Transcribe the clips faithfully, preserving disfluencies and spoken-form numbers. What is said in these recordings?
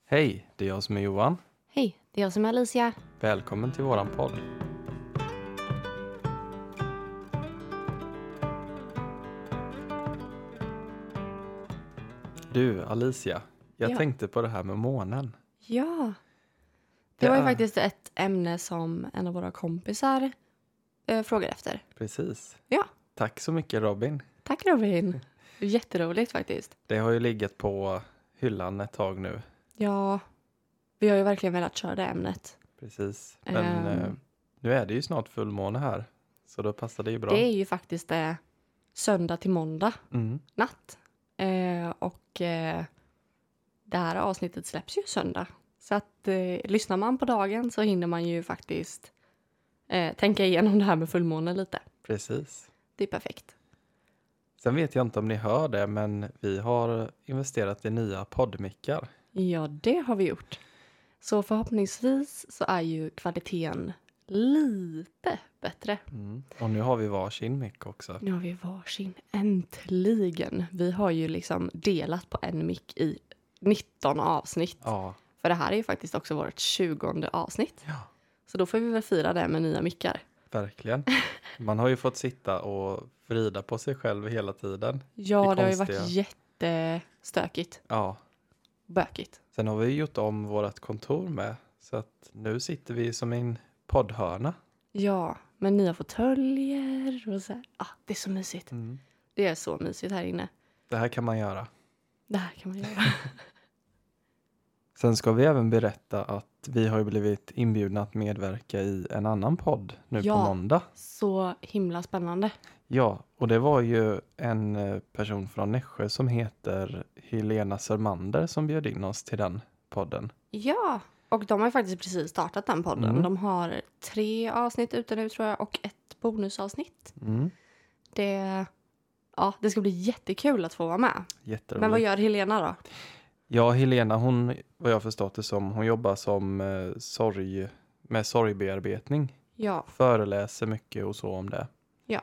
Hej, det är jag som är Johan. Hej, det är jag som är Alicia. Välkommen till våran podd. Du, Alicia, jag Ja. tänkte på det här med månen. Ja, det Det var ju är- faktiskt ett ämne som en av våra kompisar eh, frågade efter. Precis. Ja. Tack så mycket, Robin. Tack Robin. Jätteroligt faktiskt. Det har ju legat på hyllan ett tag nu. Ja, vi har ju verkligen velat köra det ämnet. Precis. Men Ehm. eh, nu är det ju snart fullmåne här. Så då passar det ju bra. Det är ju faktiskt eh, söndag till måndag Mm. natt. Eh, och eh, det här avsnittet släpps ju söndag. Så att eh, lyssnar man på dagen så hinner man ju faktiskt eh, tänka igenom det här med fullmåne lite. Precis. Det är perfekt. Sen vet jag inte om ni hör det, men vi har investerat i nya poddmickar. Ja, det har vi gjort. Så förhoppningsvis så är ju kvaliteten lite bättre. Mm. Och nu har vi varsin mick också. Nu har vi varsin. Äntligen. Vi har ju liksom delat på en mick i nitton avsnitt. Ja. För det här är ju faktiskt också vårt tjugonde avsnitt. Ja. Så då får vi väl fira det med nya mickar. Verkligen. Man har ju fått sitta och vrida på sig själv hela tiden. Ja, det har ju konstiga. varit jättestökigt. Ja. Bökigt. Sen har vi gjort om vårt kontor med. Så att nu sitter vi som en poddhörna. Ja, med nya fåtöljer och så här. Ah, det är så mysigt. Mm. Det är så mysigt här inne. Det här kan man göra. Det här kan man göra. Sen ska vi även berätta att vi har ju blivit inbjudna att medverka i en annan podd nu Ja. på måndag. Så himla spännande. Ja, och det var ju en eh, person från Nässjö som heter Helena Sörmander som bjöd in oss till den podden. Ja, och de har ju faktiskt precis startat den podden. Mm. De har tre avsnitt ute nu tror jag och ett bonusavsnitt. Mm. Det, ja, det ska bli jättekul att få vara med. Jätteroligt. Men vad gör Helena då? Ja, Helena, hon, vad jag förstått det som, hon jobbar som eh, sorg, med sorgbearbetning. Ja, Föreläser mycket och så om det.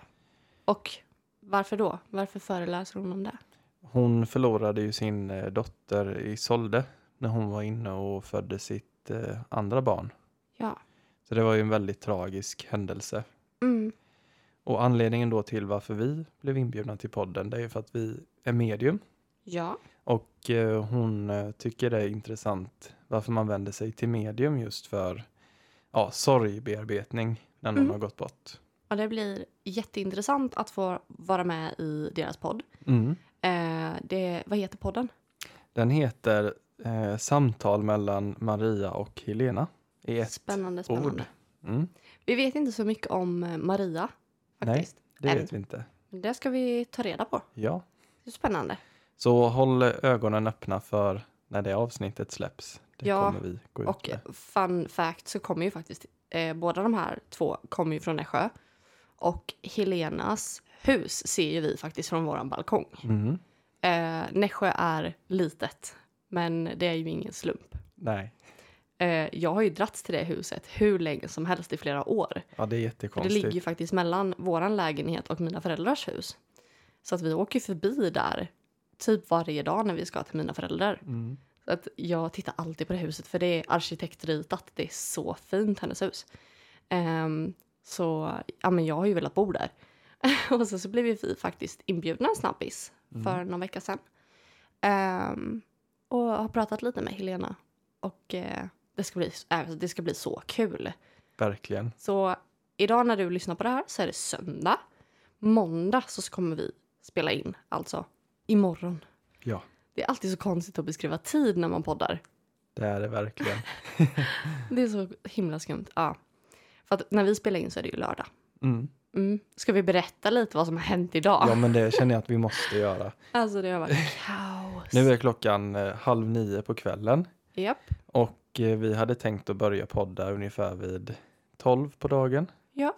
och varför då? Varför föreläser hon om det? Hon förlorade ju sin eh, dotter i Solde när hon var inne och födde sitt eh, andra barn. Ja. Så det var ju en väldigt tragisk händelse. Mm. Och anledningen då till varför vi blev inbjudna till podden, det är ju för att vi är medium. Ja. Och eh, hon eh, tycker det är intressant varför man vänder sig till medium just för ja, sorgbearbetning när någon Mm. har gått bort. Och det blir jätteintressant att få vara med i deras podd. Mm. Eh, det, vad heter podden? Den heter eh, Samtal mellan Maria och Helena i ett Spännande, spännande. ord. Mm. Vi vet inte så mycket om eh, Maria faktiskt. Det Än. vet vi inte. Men det ska vi ta reda på. Ja. Det är spännande. Så håll ögonen öppna för när det avsnittet släpps. Det Ja, kommer vi gå ut Och med. fun fact så kommer ju faktiskt eh, båda de här två kommer ju från Nässjö. Och Helenas hus ser ju vi faktiskt från våran balkong. Mm. Eh, Nässjö är litet, men det är ju ingen slump. Nej, Eh, jag har ju dragits till det huset hur länge som helst i flera år. ja, det är För jättekonstigt. det ligger ju faktiskt mellan våran lägenhet och mina föräldrars hus. Så att vi åker förbi där typ varje dag när vi ska till mina föräldrar. Mm. Så att jag tittar alltid på det huset för det är arkitektritat. Det är så fint, hennes hus. Ehm, så ja, men jag har ju velat bo där. Och så, så blev vi faktiskt inbjudna en snabbis för någon vecka sedan. Ehm, och har pratat lite med Helena. Och eh, det, ska bli, äh, det ska bli så kul. Verkligen. Så idag när du lyssnar på det här så är det söndag. Måndag så kommer vi spela in, alltså imorgon. Ja, Det är alltid så konstigt att beskriva tid när man poddar. det är det verkligen. Det är så himla skumt. Ja. För att när vi spelar in så är det ju lördag. Mm. Mm. Ska vi berätta lite vad som har hänt idag? Ja, men det känner jag att vi måste göra. Alltså det har varit kaos. Nu är klockan eh, halv nio på kvällen. Japp. Och eh, vi hade tänkt att börja podda ungefär vid tolv på dagen. Ja.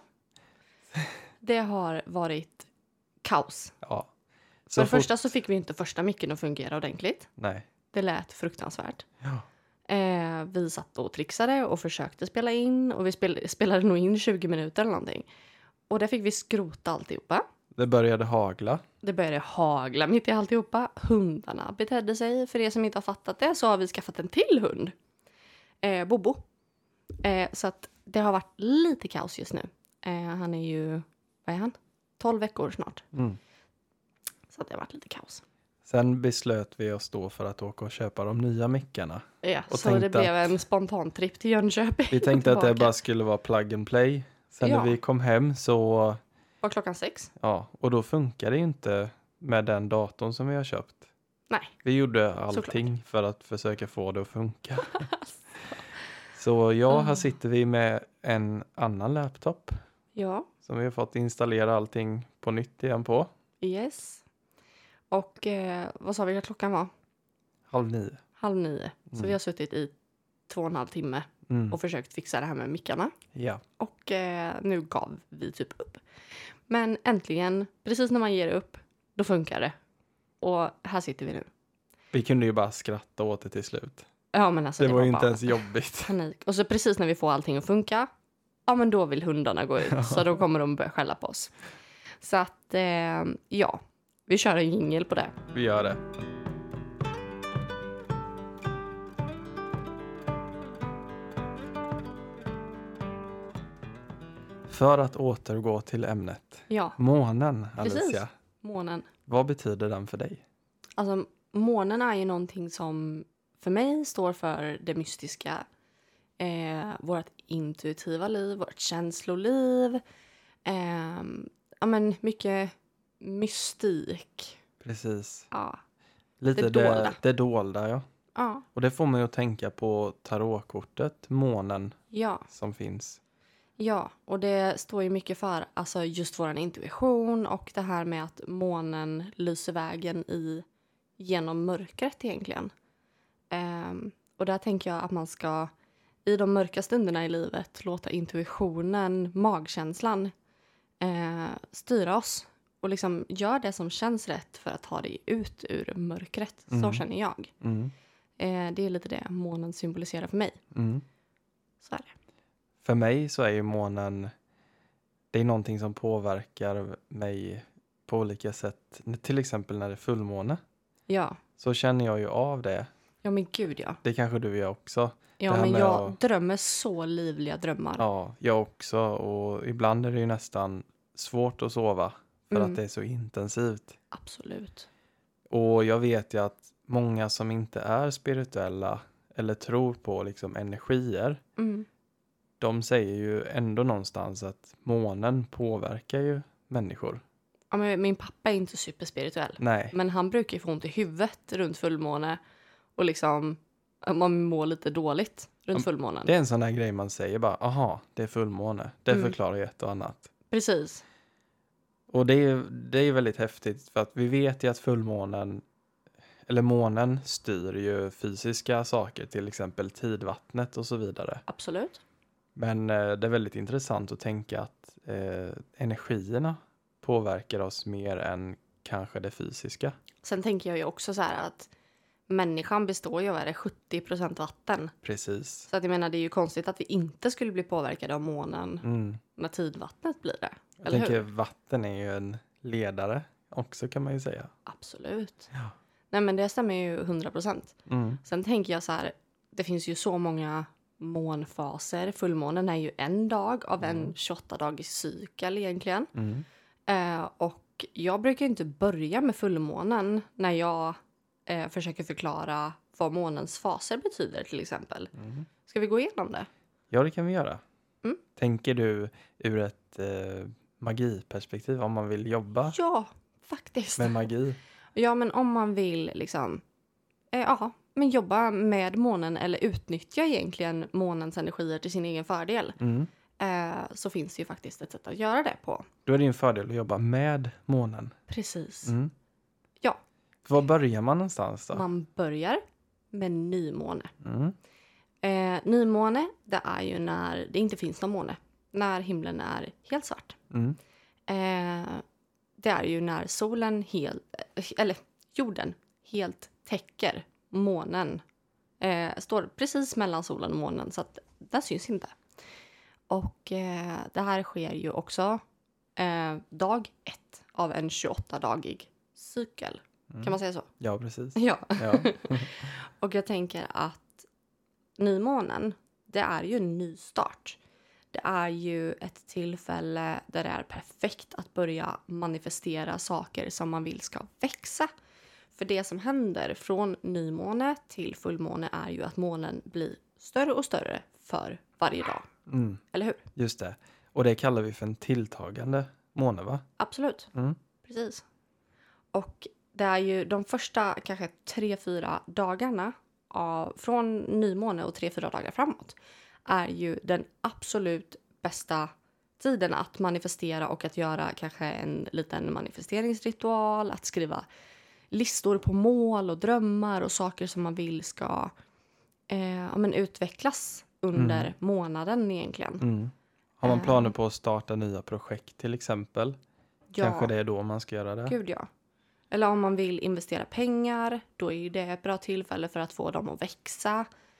Det har varit kaos. Ja. För Så det fort... första så fick vi inte första micken att fungera ordentligt. Nej. Det lät fruktansvärt. Ja. Eh, vi satt och trixade och försökte spela in. Och vi spel- spelade nog in tjugo minuter eller någonting. Och där fick vi skrota alltihopa. Det började hagla. Det började hagla mitt i alltihopa. Hundarna betedde sig. För er som inte har fattat det så har vi skaffat en till hund. Eh, Bobo. Eh, så att det har varit lite kaos just nu. Eh, han är ju, vad är han? tolv veckor snart. Mm. Så att det har varit lite kaos. Sen beslöt vi oss då för att åka och köpa de nya mickarna. Ja, Och så det tänkte blev att- en spontan tripp till Jönköping. Vi tänkte att det Tillbaka. bara skulle vara plug and play. Sen Ja. när vi kom hem så, Var klockan sex? ja, och då funkar det ju inte med den datorn som vi har köpt. Nej. Vi gjorde allting för att försöka få det att funka. Så ja, här Ah. sitter vi med en annan laptop Ja, som vi har fått installera allting på nytt igen på. yes. Och eh, vad sa vi att klockan var? Halv nio. Halv nio. Så Mm. vi har suttit i två och en halv timme Mm. och försökt fixa det här med mickarna. Ja. Och eh, nu gav vi typ upp. Men äntligen, precis när man ger upp, då funkar det. Och här sitter vi nu. Vi kunde ju bara skratta åt det till slut. Ja, men alltså Det, det, var ju bara inte ens jobbigt. panik. Och så precis när vi får allting att funka, ja men då vill hundarna gå ut. Så då kommer de börja skälla på oss. Så att, eh, ja. Vi kör en jingle på det. Vi gör det. För att återgå till ämnet. Ja, Månen, Alicia. Precis. månen. Vad betyder den för dig? Alltså, månen är ju någonting som för mig står för det mystiska. Eh, vårt intuitiva liv, vårt känsloliv. Eh, ja, men mycket mystik. Precis. Ja. Lite Det det, dolda. det dolda, ja. Ja. Och det får mig att tänka på tarotkortet, månen, Ja. som finns. Ja, och det står ju mycket för alltså just vår intuition och det här med att månen lyser vägen i genom mörkret egentligen. Ehm, och där tänker jag att man ska i de mörka stunderna i livet låta intuitionen, magkänslan eh, styra oss och liksom gör det som känns rätt för att ta dig ut ur mörkret. Så Mm. känner jag. Mm. Eh, det är lite det månen symboliserar för mig. Mm. Så är det. För mig så är ju månen, det är någonting som påverkar mig på olika sätt. Till exempel när det är fullmåne. Ja. Så känner jag ju av det. Ja, men gud ja. Det kanske du gör också. Ja, Det här men med jag att- drömmer så livliga drömmar. Ja, jag också. Och ibland är det ju nästan svårt att sova. För Mm. att det är så intensivt. Absolut. Och jag vet ju att många som inte är spirituella eller tror på liksom energier. Mm. De säger ju ändå någonstans att månen påverkar ju människor. Ja, men min pappa är inte superspirituell. Nej, Men han brukar ju få ont i huvudet runt fullmåne. Och liksom, man mår lite dåligt runt Ja, fullmånen. det är en sån där grej man säger bara, aha, det är fullmåne. Det Mm. förklarar ju ett och annat. Precis. Och det är, det är väldigt häftigt för att vi vet ju att fullmånen, eller månen styr ju fysiska saker, till exempel tidvattnet och så vidare. Absolut. Men eh, det är väldigt intressant att tänka att eh, energierna påverkar oss mer än kanske det fysiska. Sen tänker jag ju också så här att människan består ju av är det, sjuttio procent vatten. Precis. Så att jag menar, det är ju konstigt att vi inte skulle bli påverkade av månen Mm. när tidvattnet blir det. Jag Eller tänker hur? vatten är ju en ledare också, kan man ju säga. Absolut. Ja. Nej, men det stämmer ju hundra procent. Mm. Sen tänker jag så här, det finns ju så många månfaser. Fullmånen är ju en dag av en Mm. tjugoåtta dagars cykel egentligen. Mm. Eh, och jag brukar inte börja med fullmånen när jag eh, försöker förklara vad månens faser betyder till exempel. Mm. Ska vi gå igenom det? Ja, det kan vi göra. Mm. Tänker du ur ett eh, magiperspektiv om man vill jobba Ja, faktiskt. med magi? Ja, men om man vill liksom, eh, ja, men jobba med månen eller utnyttja egentligen månens energier till sin egen fördel. Mm. Eh, så finns det ju faktiskt ett sätt att göra det på. Då är det en fördel att jobba med månen. Precis. Mm. Ja. Var börjar man någonstans då? Man börjar med nymåne. Mm. Eh, nymåne, det är ju när det inte finns någon måne. När himlen är helt svart. Mm. Eh, det är ju när solen helt, eller jorden helt täcker månen. Eh, står precis mellan solen och månen så att den syns inte. Och eh, det här sker ju också eh, dag ett av en tjugoåtta-dagig cykel. Mm. Kan man säga så? Ja, precis. Ja. Ja. Och jag tänker att nymånen, det är ju en ny start. Det är ju ett tillfälle där det är perfekt att börja manifestera saker som man vill ska växa. För det som händer från nymåne till fullmåne är ju att månen blir större och större för varje dag. Mm. Eller hur? Just det. Och det kallar vi för en tilltagande måne, va? Absolut. Mm. Precis. Och det är ju de första kanske tre, fyra dagarna av, från nymåne och tre, fyra dagar framåt är ju den absolut bästa tiden att manifestera och att göra kanske en liten manifesteringsritual, att skriva listor på mål och drömmar och saker som man vill ska eh, ja, men utvecklas under Mm. månaden egentligen. Mm. Har man Eh. planer på att starta nya projekt till exempel? Ja. Kanske det är då man ska göra det? Gud ja. Eller om man vill investera pengar, då är ju det ett bra tillfälle för att få dem att växa.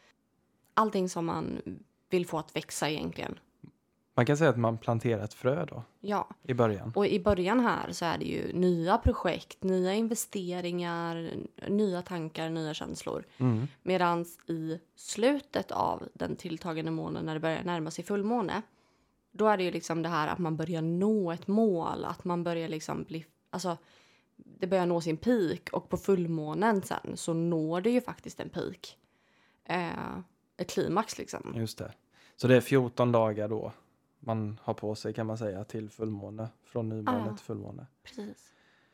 Allting som man vill få att växa egentligen. Man kan säga att man planterar ett frö då, Ja, i början. och i början här så är det ju nya projekt, nya investeringar, nya tankar, nya känslor. Mm. Medan i slutet av den tilltagande månen när det börjar närma sig fullmåne, då är det ju liksom det här att man börjar nå ett mål, att man börjar liksom bli, alltså det börjar nå sin peak och på fullmånen sen så når det ju faktiskt en peak. Eh, ett klimax liksom. Just det. Så det är fjorton dagar då man har på sig, kan man säga, till fullmåne. Från nymåne Ah. till fullmåne. Precis.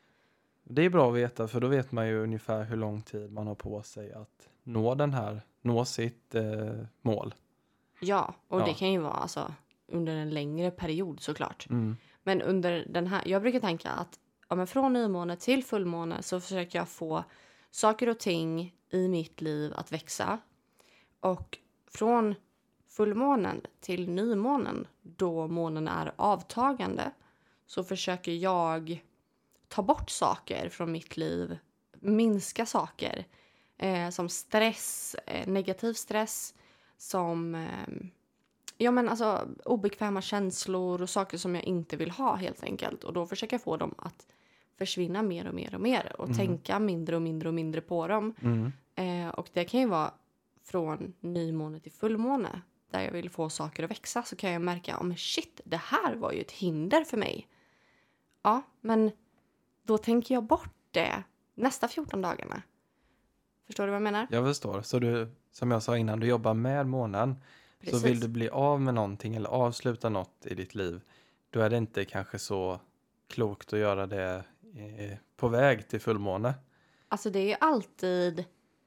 Det är bra att veta, för då vet man ju ungefär hur lång tid man har på sig att nå den här, nå sitt eh, mål. Ja, och Ja. det kan ju vara alltså under en längre period såklart. Mm. Men under den här, jag brukar tänka att ja, men från nymåne till fullmåne så försöker jag få saker och ting i mitt liv att växa. Och från fullmånen till nymånen, då månen är avtagande, så försöker jag ta bort saker från mitt liv, minska saker eh, som stress, eh, negativ stress, som eh, ja, men alltså, obekväma känslor och saker som jag inte vill ha helt enkelt. Och då försöker jag få dem att försvinna mer och mer och mer och Mm. tänka mindre och mindre och mindre på dem. Mm. Eh, och det kan ju vara från nymåne till fullmåne där jag vill få saker att växa, så kan jag märka, oh, men shit, det här var ju ett hinder för mig. Ja, men då tänker jag bort det nästa fjorton dagarna. Förstår du vad jag menar? Jag förstår. Så du, som jag sa innan, du jobbar med månen. Precis. Så vill du bli av med någonting eller avsluta något i ditt liv, då är det inte kanske så klokt att göra det eh, på väg till fullmåne. Alltså det är ju alltid,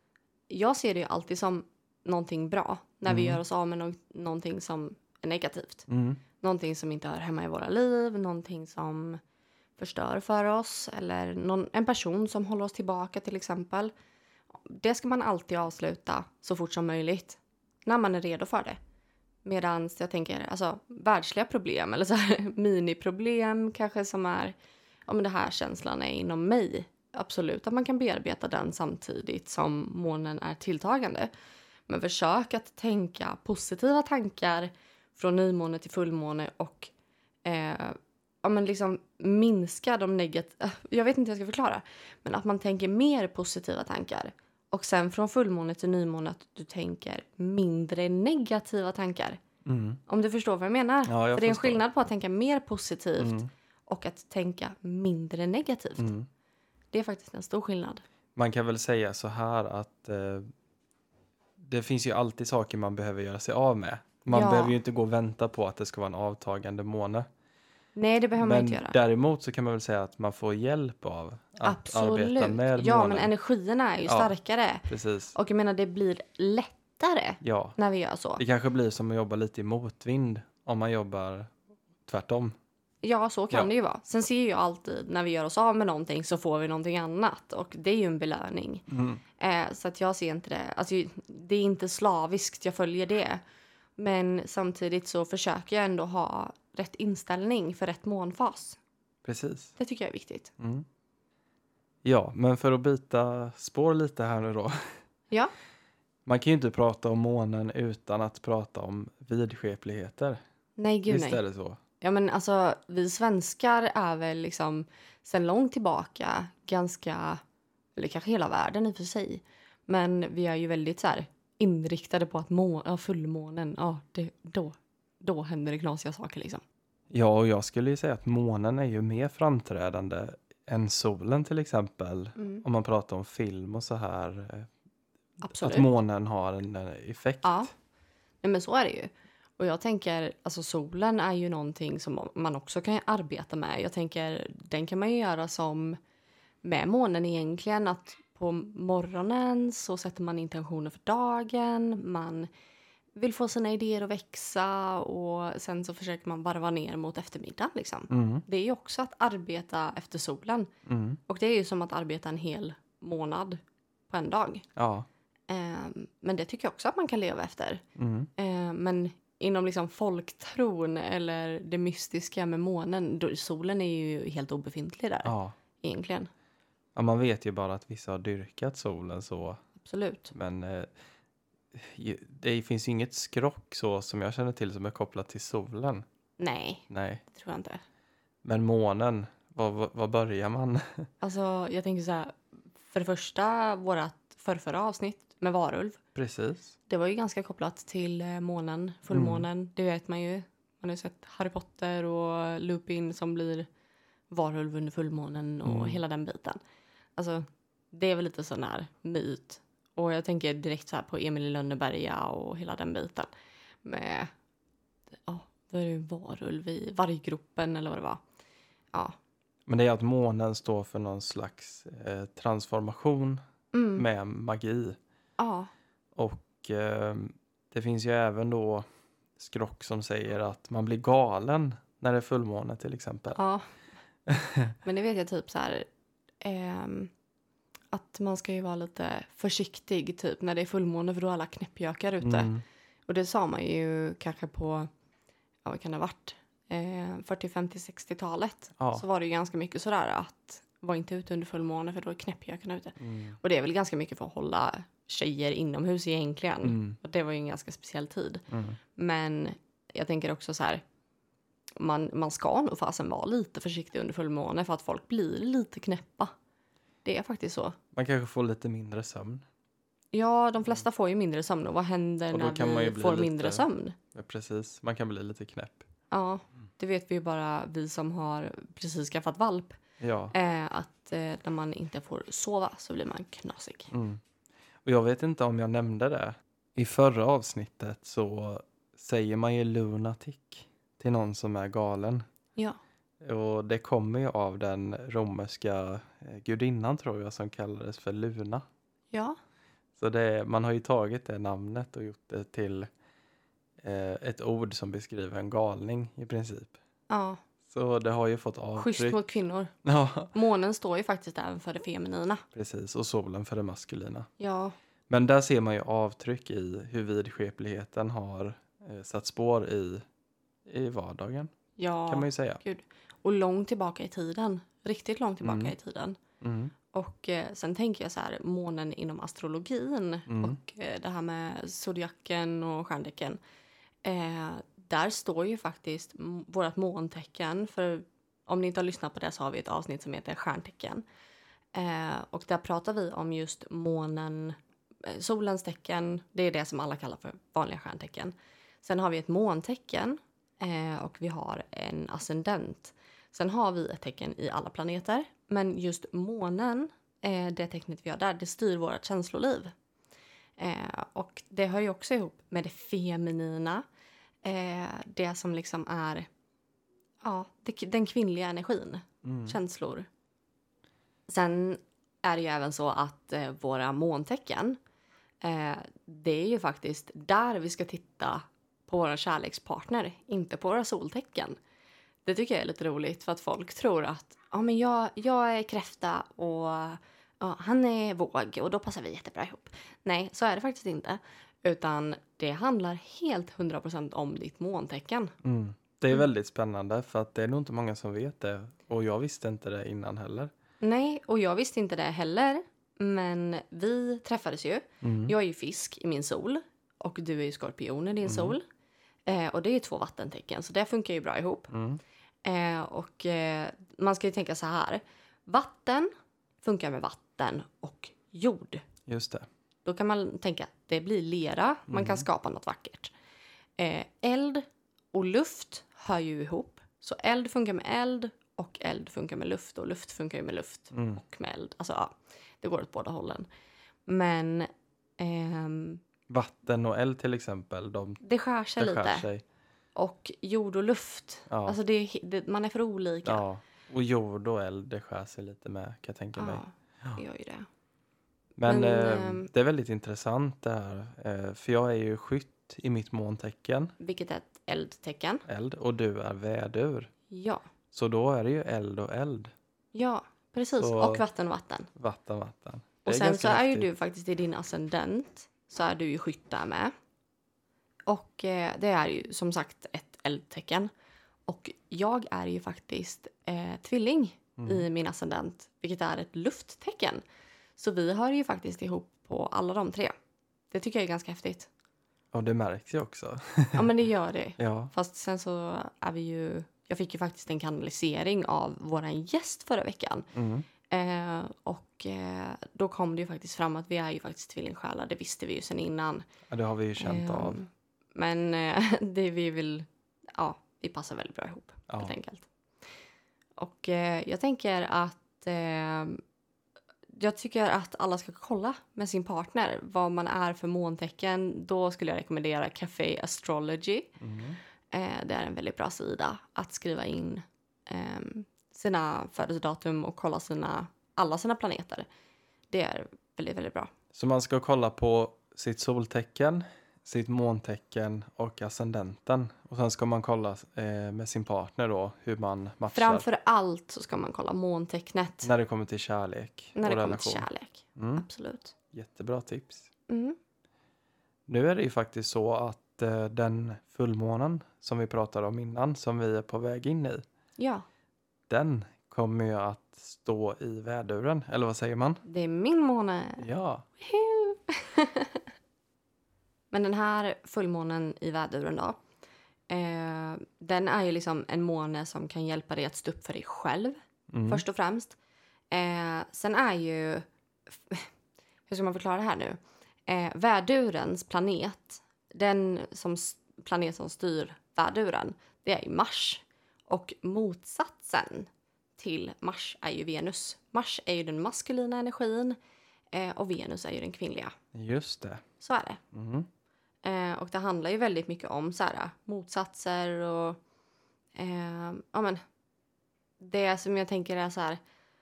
jag ser det ju alltid som någonting bra när vi Mm. gör oss av med no- någonting som är negativt. Mm. Någonting som inte hör hemma i våra liv, någonting som förstör för oss eller någon, en person som håller oss tillbaka till exempel. Det ska man alltid avsluta så fort som möjligt när man är redo för det. Medan jag tänker, alltså världsliga problem eller så här miniproblem kanske som är, ja men det här känslan är inom mig. Absolut att man kan bearbeta den samtidigt som månen är tilltagande. Men försök att tänka positiva tankar från nymåne till fullmåne och eh, ja, men liksom minska de negativa, jag vet inte hur jag ska förklara, men att man tänker mer positiva tankar. Och sen från fullmåne till nymåne att du tänker mindre negativa tankar. Mm. Om du förstår vad jag menar. Ja, jag För det är en förstår. skillnad på att tänka mer positivt Mm. och att tänka mindre negativt. Mm. Det är faktiskt en stor skillnad. Man kan väl säga så här att eh, det finns ju alltid saker man behöver göra sig av med. Man Ja. behöver ju inte gå och vänta på att det ska vara en avtagande måne. Nej, det behöver man Men inte göra. däremot så kan man väl säga att man får hjälp av att Absolut. arbeta med ja, månen. men energierna är ju Ja. starkare. Precis. Och jag menar, det blir lättare Ja, när vi gör så. det kanske blir som att jobba lite i motvind om man jobbar tvärtom. Ja, så kan Ja. det ju vara. Sen ser jag alltid när vi gör oss av med någonting så får vi någonting annat. Och det är ju en belöning. Mm. Eh, så att jag ser inte det. Alltså, det är inte slaviskt, jag följer det. Men samtidigt så försöker jag ändå ha rätt inställning för rätt månfas. Precis. Det tycker jag är viktigt. Mm. Ja, men för att byta spår lite här nu då. Ja. Man kan ju inte prata om månen utan att prata om vidskepligheter. Nej, gud Visst nej. är det så? Ja, men alltså vi svenskar är väl liksom sedan långt tillbaka ganska, eller kanske hela världen i och för sig. Men vi är ju väldigt så här inriktade på att må, ja, fullmånen, ja, det, då, då händer det knasiga saker liksom. Ja, och jag skulle ju säga att månen är ju mer framträdande än solen till exempel. Mm. Om man pratar om film och så här. eh, Absolut. Att månen har en eh, effekt. Ja, nej, men så är det ju. Och jag tänker, alltså solen är ju någonting som man också kan arbeta med. Jag tänker, den kan man ju göra som med månen egentligen. Att på morgonen så sätter man intentioner för dagen. Man vill få sina idéer att växa. Och sen så försöker man varva ner mot eftermiddag liksom. Mm, Det är ju också att arbeta efter solen. mm, Och det är ju som att arbeta en hel månad på en dag. ja. Eh, men det tycker jag också att man kan leva efter. Mm, Eh, men inom liksom folktron eller det mystiska med månen, då, solen är ju helt obefintlig där ja. egentligen. Ja, man vet ju bara att vissa har dyrkat solen så. Absolut. Men eh, ju- det finns ju inget skrock så som jag känner till som är kopplat till solen. Nej, Nej. det tror jag inte. Men månen, vad, vad, vad börjar man? Alltså jag tänker så här, för det första vårat förrförra avsnitt med varulv, Precis. det var ju ganska kopplat till eh, månen, fullmånen. Det vet man ju. Man har ju sett Harry Potter och Lupin som blir varulv under fullmånen och Mm. hela den biten. Alltså, det är väl lite sån här myt. Och jag tänker direkt så här på Emil i Lönneberga och hela den biten. Med, ja, då är det ju varulv i varggropen eller vad det var. Ja. Men det är att månen står för någon slags eh, transformation Mm. med magi. Ja. Och eh, det finns ju även då skrock som säger att man blir galen när det är fullmåne till exempel. Ja. Men det vet jag typ så här. ehm, att man ska ju vara lite försiktig typ när det är fullmåne för då är alla knäppjökar ute. Mm, Och det sa man ju kanske på, ja vad kan det ha varit, eh, fyrtio, femtio, sextiotalet. Ja. Så var det ju ganska mycket sådär att var inte ute under fullmåne för då är knäppjökarna ute. mm, Och det är väl ganska mycket för att hålla tjejer inomhus egentligen. mm, Och det var ju en ganska speciell tid. mm. Men jag tänker också så här, man, man ska nog fasen vara lite försiktig under fullmåne för att folk blir lite knäppa. Det är faktiskt så. Man kanske får lite mindre sömn. Ja, de flesta får ju mindre sömn. Och vad händer Och då när kan man ju vi bli får lite- mindre sömn? Ja, precis, man kan bli lite knäpp. Ja, det vet vi ju bara vi som har precis skaffat valp. Ja. Eh, att eh, när man inte får sova så blir man knasig. Mm. Och jag vet inte om jag nämnde det. I förra avsnittet så säger man ju lunatic till någon som är galen. Ja. Och det kommer ju av den romerska eh, gudinnan tror jag som kallades för Luna. Ja. Så det, man har ju tagit det namnet och gjort det till eh, ett ord som beskriver en galning i princip. Ja. Så det har ju fått Schysst avtryck. mot kvinnor. Ja, Månen står ju faktiskt även för det feminina. precis. Och solen för det maskulina. Ja. Men där ser man ju avtryck i hur vidskepligheten har eh, satt spår i, i vardagen, Ja. kan man ju säga. Gud. Och långt tillbaka i tiden. Riktigt långt tillbaka Mm. i tiden. Mm. Och eh, sen tänker jag så här, månen inom astrologin Mm. och eh, det här med zodiaken och stjärntecken. Eh, där står ju faktiskt m- vårat måntecken, för om ni inte har lyssnat på det så har vi ett avsnitt som heter stjärntecken. Eh, och där pratar vi om just månen, eh, solens tecken, det är det som alla kallar för vanliga stjärntecken. Sen har vi ett måntecken eh, och vi har en ascendent. Sen har vi ett tecken i alla planeter, men just månen, eh, det tecknet vi har där, det styr vårt känsloliv. Eh, och det hör ju också ihop med det feminina, eh, det som liksom är, ja, det, den kvinnliga energin, Mm. känslor. Sen är det ju även så att eh, våra måntecken, eh, det är ju faktiskt där vi ska titta på våra kärlekspartner, inte på våra soltecken. Det tycker jag är lite roligt för att folk tror att ja, men jag, jag är kräfta och ja, han är våg och då passar vi jättebra ihop. Nej, så är det faktiskt inte. Utan det handlar helt hundra procent om ditt måntecken. Mm. Det är väldigt spännande för att det är nog inte många som vet det. Och jag visste inte det innan heller. Nej, och jag visste inte det heller. Men vi träffades ju. Mm. Jag är ju fisk i min sol och du är ju skorpion i din Mm. sol. Eh, och det är ju två vattentecken, så det funkar ju bra ihop. Mm. Eh, och eh, man ska ju tänka så här. Vatten funkar med vatten och jord. Just det. Då kan man tänka att det blir lera, man Mm. kan skapa något vackert. Eh, eld och luft hör ju ihop. Så eld funkar med eld och eld funkar med luft. Och luft funkar ju med luft Mm. och med eld. Alltså ja, det går åt båda hållen. Men ehm, Vatten och eld till exempel, de det skär sig det lite. skär sig. Och jord och luft, Ja. alltså det, är- det, man är för olika. Ja, och jord och eld, det skär sig lite med, kan jag tänka mig. Ja, det gör ju det. Men, Men, eh, ehm, det är väldigt intressant det här. Eh, för jag är ju skytt i mitt måntecken, Vilket är ett eldtecken. eld, och du är vädur. Ja, Så då är det ju eld och eld, ja precis. Så- Och vatten och vatten. vatten, vatten. Det Och sen ganska så är ju häftigt. du faktiskt i din ascendent så är du ju skytt där med. Och eh, det är ju som sagt ett eldtecken. Och jag är ju faktiskt eh, tvilling Mm. i min ascendent, vilket är ett lufttecken. Så vi hör ju faktiskt ihop på alla de tre. Det tycker jag är ganska häftigt. Och det märks ju också. Ja, men det gör det. Ja, Fast sen så är vi ju... Jag fick ju faktiskt en kanalisering av våran gäst förra veckan. mm. Eh, och eh, då kom det ju faktiskt fram att vi är ju faktiskt tvillingsjälar. Det visste vi ju sedan innan. ja, det har vi ju känt Eh, av. Men eh, det vi vill... Ja, vi passar väldigt bra ihop, Ja. helt enkelt. Och eh, jag tänker att... Eh, jag tycker att alla ska kolla med sin partner vad man är för måntecken. Då skulle jag rekommendera Café Astrology. Mm. Eh, det är en väldigt bra sida att skriva in eh, sina födelsedatum och kolla sina, alla sina planeter. Det är väldigt, väldigt bra. Så man ska kolla på sitt soltecken, sitt måntecken och ascendenten. Och sen ska man kolla eh, med sin partner då hur man matchar. Framför allt så ska man kolla måntecknet När det kommer till kärlek när och det kommer relation. till kärlek. Mm. Absolut. Jättebra tips. Mm. Nu är det ju faktiskt så att eh, den fullmånen som vi pratade om innan, som vi är på väg in i, Ja, den kommer ju att stå i väduren. Eller vad säger man? det är min måne. Ja. Men den här fullmånen i väduren då. Eh, den är ju liksom en måne som kan hjälpa dig att stå upp för dig själv. Mm. Först och främst. Eh, sen är ju... Hur ska man förklara det här nu? Eh, vädurens planet, den som, s- planet som styr väduren, det är ju Mars. Och motsatsen till Mars är ju Venus. Mars är ju den maskulina energin eh, och Venus är ju den kvinnliga. Just det. Så är det. Mm. Eh, och det handlar ju väldigt mycket om så här, motsatser och... Eh, ja, men, det som jag tänker är så här...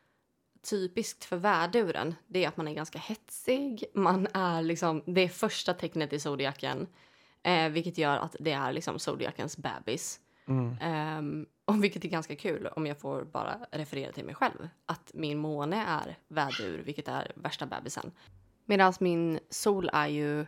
Typiskt för väduren, det är att man är ganska hetsig. Man är liksom... Det är första tecknet i zodiaken. Eh, vilket gör att det är liksom zodiakens bebis. Mm. Ehm, och vilket är ganska kul om jag får bara referera till mig själv. Att min måne är vädur, vilket är värsta bebisen. Medan min sol är ju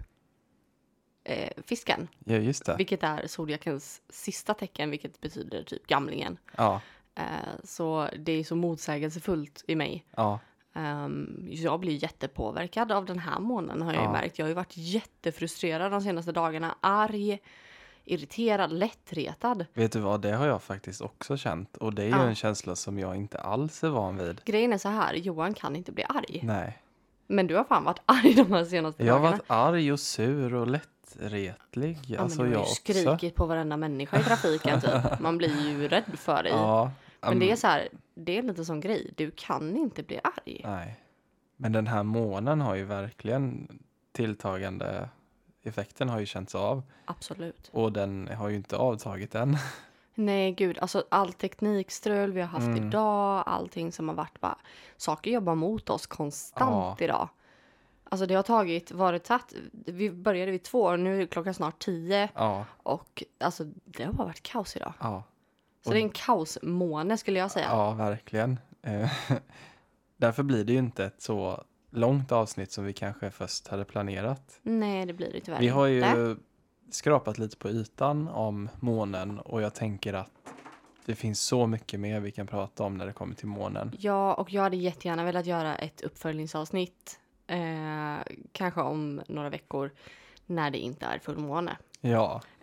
eh, fisken. Ja, just det. Vilket är zodiakens sista tecken, vilket betyder typ gamlingen. Ja, Eh, så det är så motsägelsefullt i mig. ja. Um, jag blir jättepåverkad av den här månaden har jag ju Ja. märkt. Jag har ju varit jättefrustrerad de senaste dagarna. Arg, irriterad, lättretad. Vet du vad, det har jag faktiskt också känt. Och det är ju Ja. en känsla som jag inte alls är van vid. Grejen är så här, Johan kan inte bli arg. Nej. Men du har fan varit arg de här senaste Jag har dagarna. varit arg och sur och lättretlig. Ja, alltså men du jag har ju också. skrikit på varenda människa i trafiken typ. Man blir ju rädd för dig. Ja. Men um, det är så här, det är lite sån grej. Du kan inte bli arg. Nej. Men den här månen har ju verkligen tilltagande... Effekten har ju känts av. Absolut. Och den har ju inte avtagit än. Nej, gud. Alltså all teknikstrul vi har haft Mm. idag, allting som har varit bara... Saker jobbar mot oss konstant Ja. idag. Alltså det har tagit, varit tatt, vi började vid två och nu är klockan snart tio. Ja. Och alltså det har bara varit kaos idag. Ja. Så det är en kaosmåne skulle jag säga. Ja, verkligen. Eh, Därför blir det ju inte ett så långt avsnitt som vi kanske först hade planerat. Nej, det blir det tyvärr Vi har ju inte. skrapat lite på ytan om månen och jag tänker att det finns så mycket mer vi kan prata om när det kommer till månen. Ja, och jag hade jättegärna velat göra ett uppföljningsavsnitt. Eh, kanske om några veckor när det inte är fullmåne. Ja,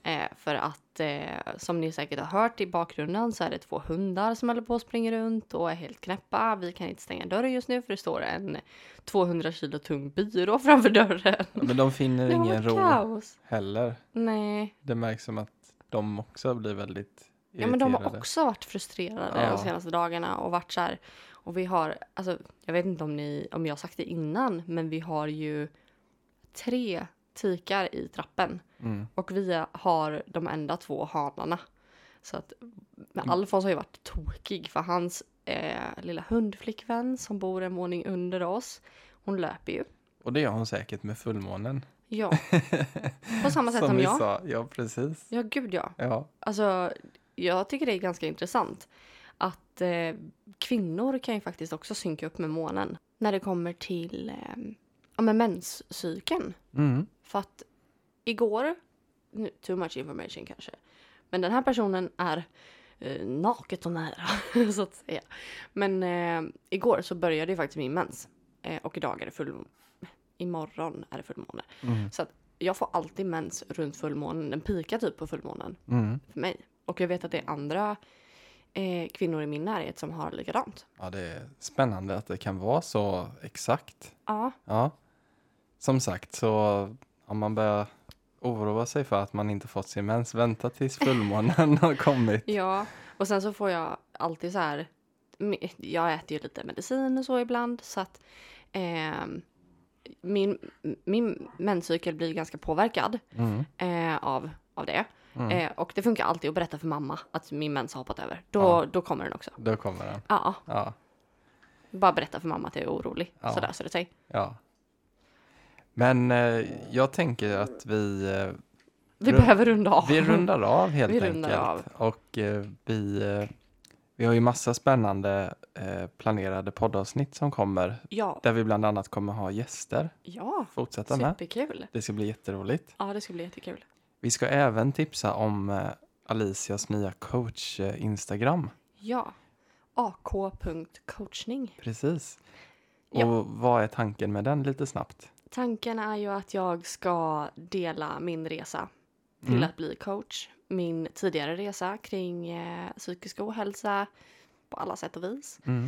Eh, för att, eh, som ni säkert har hört i bakgrunden, så är det två hundar som håller på att springa runt och är helt knäppa. Vi kan inte stänga dörren just nu för det står en tvåhundra kilo tung byrå framför dörren. Men de finner Det var ingen ro kaos. heller. Nej. Det märks som att de också blir väldigt Ja, irriterade. men de har också varit frustrerade Ja. de senaste dagarna och varit så här. Och vi har, alltså, jag vet inte om ni, om jag har sagt det innan, men vi har ju tre tikar i trappen. Mm. Och vi har de enda två hanarna. Så att men Alfons har ju varit tokig för hans eh, lilla hundflickvän som bor en våning under oss. Hon löper ju. Och det gör hon säkert med fullmånen. Ja. På samma sätt som, som vi jag. sa. Ja, precis. Ja, gud ja. Ja. Alltså, jag tycker det är ganska intressant att eh, kvinnor kan ju faktiskt också synka upp med månen när det kommer till eh, ja, men menscykeln. Mm. För att igår, nu, too much information kanske, men den här personen är eh, naket och nära, så att säga. Men eh, igår så började ju faktiskt min mens. Eh, och idag är det fullmåne. Imorgon är det fullmåne. Mm. Så att jag får alltid mens runt fullmånen. Den pikar typ på fullmånen Mm. för mig. Och jag vet att det är andra eh, kvinnor i min närhet som har likadant. Ja, det är spännande att det kan vara så exakt. Ja, Ja. Som sagt, så om man börjar oroa sig för att man inte fått sin mens, vänta tills fullmånen har kommit. ja. Och sen så får jag alltid så här, jag äter ju lite medicin och så ibland, så att eh, min, min menscykel blir ganska påverkad Mm. eh, av, av det. Mm. Eh, och det funkar alltid att berätta för mamma att min mens har hoppat över. Då, Ja. då kommer den också. Då kommer den. Ja, Ja. bara berätta för mamma att jag är orolig. Ja. Så löser det sig. Ja. Men eh, jag tänker att vi, eh, Vi Ru- behöver runda av. vi rundar av helt Vi rundar enkelt. Och eh, vi, eh, vi har ju massa spännande eh, planerade poddavsnitt som kommer. Ja, Där vi bland annat kommer ha gäster. ja. Fortsätta med. Superkul. Det ska bli jätteroligt. Ja, det ska bli jättekul. Vi ska även tipsa om eh, Alicias nya coach eh, Instagram. Ja. a k punkt coachning. Precis. Ja. Och vad är tanken med den lite snabbt? Tanken är ju att jag ska dela min resa till Mm. att bli coach. Min tidigare resa kring eh, psykisk ohälsa på alla sätt och vis. Mm.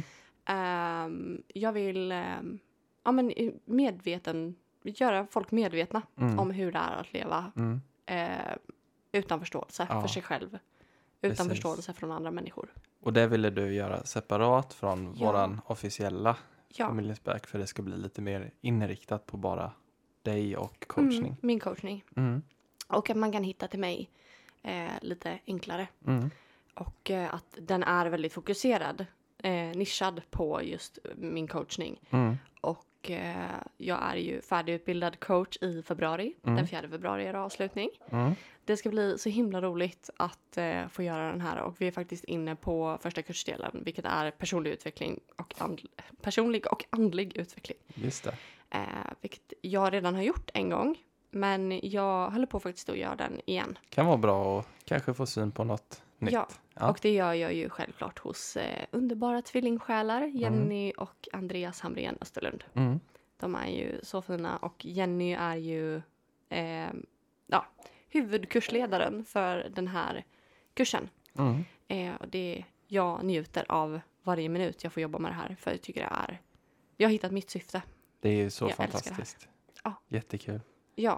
Ehm, jag vill ehm, ja, men medveten, göra folk medvetna Mm. om hur det är att leva Mm. eh, utan förståelse Ja. för sig själv. Utan Precis. förståelse från andra människor. Och det ville du göra separat från Ja. våran officiella Ja, Familjespark, för det ska bli lite mer inriktat på bara dig och coachning. mm, min coachning. Mm. Och att man kan hitta till mig eh, lite enklare. Mm. Och eh, att den är väldigt fokuserad, eh, nischad på just min coachning. Mm. Och eh, jag är ju färdigutbildad coach i februari. Mm. Den fjärde februari är det avslutning. Mm. Det ska bli så himla roligt att eh, få göra den här. Och vi är faktiskt inne på första kursdelen, vilket är personlig utveckling och andl- personlig och andlig utveckling. Just det. Eh, vilket jag redan har gjort en gång. Men jag håller på faktiskt att göra den igen. Kan vara bra att kanske få syn på något nytt. Ja, Ja. och det gör jag ju självklart hos eh, underbara tvillingsjälar, Jenny och Andreas Hamrén Österlund. Mm. De är ju så fina och Jenny är ju eh, ja, huvudkursledaren för den här kursen. Mm. Eh, och det jag njuter av varje minut jag får jobba med det här, för jag tycker det är, jag har hittat mitt syfte. Det är ju så Jag älskar det här. fantastiskt. Ja. Jättekul. Ja,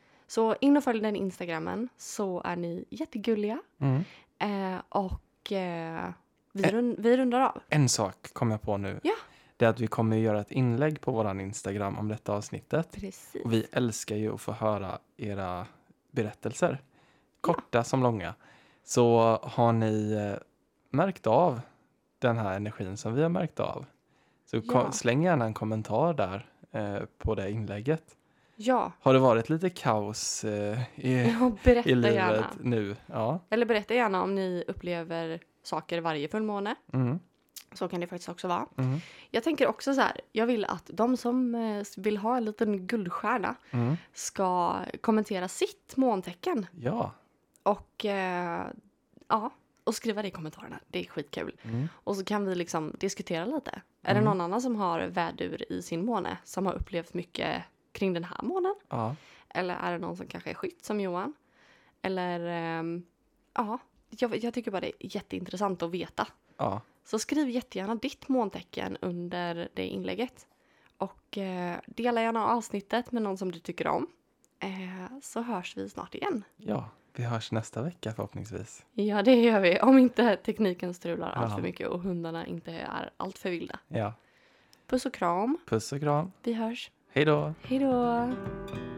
så in och följ den Instagrammen, så är ni jättegulliga. Mm. Eh, och eh, vi, Eh. rund, vi rundar av. En sak kom jag på nu. Ja. Det är att vi kommer att göra ett inlägg på våran Instagram om detta avsnittet. Precis. Och vi älskar ju att få höra era berättelser. Korta som långa. Så har ni eh, märkt av den här energin som vi har märkt av, så Ja. kom, släng gärna en kommentar där eh, på det inlägget. Ja, Har det varit lite kaos eh, i, ja, berätta i livet gärna. nu? Ja. Eller berätta gärna om ni upplever saker varje fullmåne. Mm. Så kan det faktiskt också vara. Mm. Jag tänker också så här, jag vill att de som eh, vill ha en liten guldstjärna Mm. ska kommentera sitt måntecken. Ja. Och eh, ja, och skriva det i kommentarerna. Det är skitkul. Mm. Och så kan vi liksom diskutera lite. Är Mm. det någon annan som har vädur i sin måne som har upplevt mycket kring den här månen? Ja. Eller är det någon som kanske är skytt som Johan? Eller ehm, ja, jag, jag tycker bara det är jätteintressant att veta. Ja, Så skriv jättegärna ditt måntecken under det inlägget. Och eh, dela gärna avsnittet med någon som du tycker om. Eh, så hörs vi snart igen. ja, vi hörs nästa vecka förhoppningsvis. Ja, det gör vi. Om inte tekniken strular allt Ja. för mycket och hundarna inte är allt för vilda. Ja, Puss och kram. puss och kram. Vi hörs. Hej då! Hej då!